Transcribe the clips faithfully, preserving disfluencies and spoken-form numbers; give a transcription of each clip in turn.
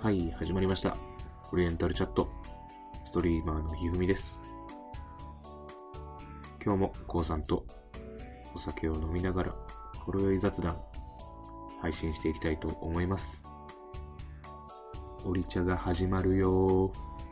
はい、始まりました。オリエンタルチャット、ストリーマーのひふみです。今日もこうさんとお酒を飲みながらほろ酔い雑談配信していきたいと思います。オリ茶が始まるよ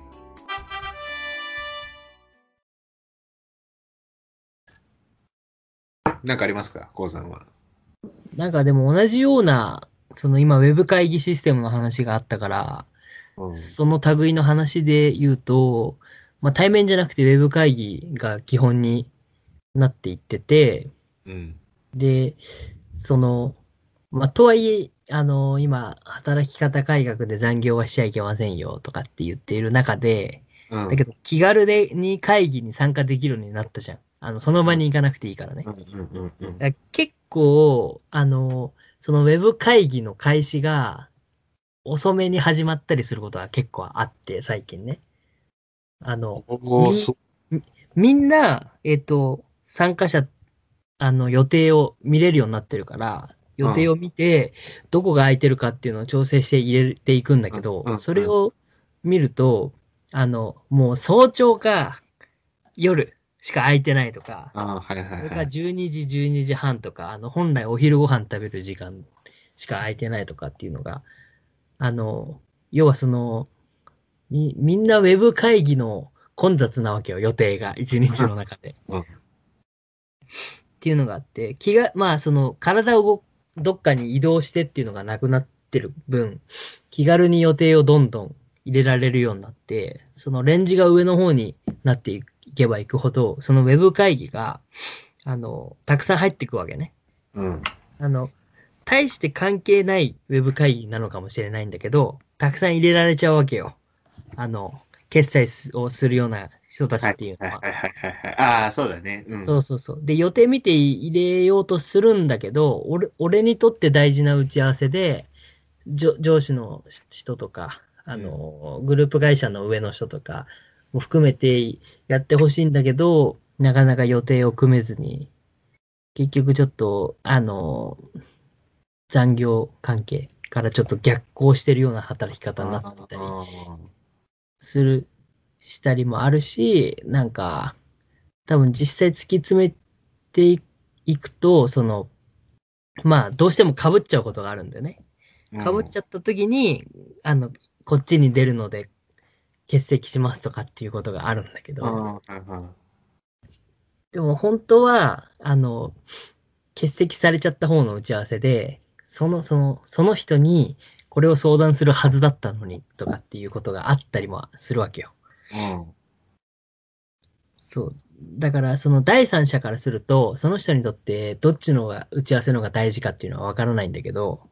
ー。なんかありますか、こうさんは。 なんかでも同じような、その今ウェブ会議システムの話があったから、 うん。 その類の話で言うと、まあ対面じゃなくてウェブ会議が基本になっていってて、 うん。 で、その、まあとはいえ、あの、今、働き方改革で残業はしちゃいけませんよとかって言っている中で、 うん。 だけど気軽でに会議に参加できるようになったじゃん。あの、そのうん。 場に行かなくていいからね。 うん。うん。うん。 だから結構、あの、そのウェブ会議の開始が遅めに始まったりすることは結構あって、最近ね。あの、 おー、 み、 そみみんな、えっと、参加者、あの、予定を見れるようになってるから、 う。うん。 予定を見て、どこが空いてるかっていうのを調整して入れていくんだうん。 けど、 うん。うん。 それを見ると、あの、もう早朝か夜しか空いてないとか、 ああ、はいはいそれからはい。 じゅうにじ、じゅうにじはんとか、あの、本来お昼ご飯食べる時間しか空いてないとかっていうのが、あの、要はその、み、みんなウェブ会議の混雑なわけよ、予定が、一日の中で。 うん。 っていうのがあって、気が、まあ、その、体を動どっかに移動してっていうのがなくなってる分、気軽に予定をどんどん入れられるようになって、そのレンジが上の方になっていけばいくほど、そのウェブ会議が、あの、たくさん入っていくわけね。 うん。 あの、大して関係ないウェブ会議なのかもしれないんだけど、たくさん入れられちゃうわけよ。あの、決済をするような人たちっはいていうのは。 はいはいはいはいはい。ああ、そうだね。うん。 そうそうそう。で、予定見て入れようとするんだけど、俺、俺にとって大事な打ち合わせで、上上司の人とか、あうん。 の、グループ会社の上の人とかも含めてやってほしいんだけど、なかなか予定を組めずに、結局ちょっと、あの、残業関係からちょっと逆行してるような働き方になあってたりあ。 する、したりもあるし、なんか、多分実際突き詰めていくと、その、まあ、どうしても被っちゃうことがあるんだよね。被っうん。 ちゃった時に、あの、こっちに出るので欠席しますとかっていうことがあるんだけど、 ああ、はいはでも本当は、あの、欠席されちゃった方の打ち合わせで、その、その、その人にこれを相談するはずだったのにとかっていうことがあったりもするわけよ。 い。うん。 そう。だから、その第三者からすると、その人にとってどっちのが打ち合わせの方が大事かっていうのはわからないんだけど、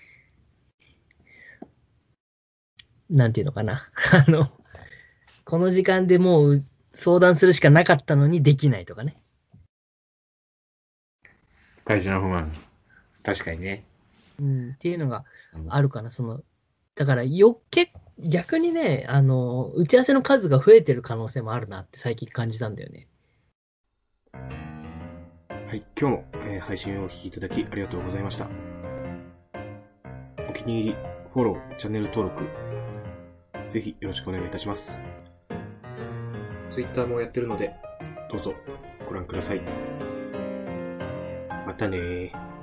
なんていうのかな。あの、この時間でもう相談するしかなかったのにできないとかね。 会社の不満。確かにね。 うん、っていうのがうん。 あるかな。その、だからよけ、逆にね、あの、打ち合わせの数が増えてる可能性もあるなって最近感じたんだよね。 はい、今日も、えー配信をお聞きいただきありがとうございました。お気に入り、フォロー、チャンネル登録、ぜひよろしくお願いいたします。Twitter もやってるので、どうぞご覧ください。またねー。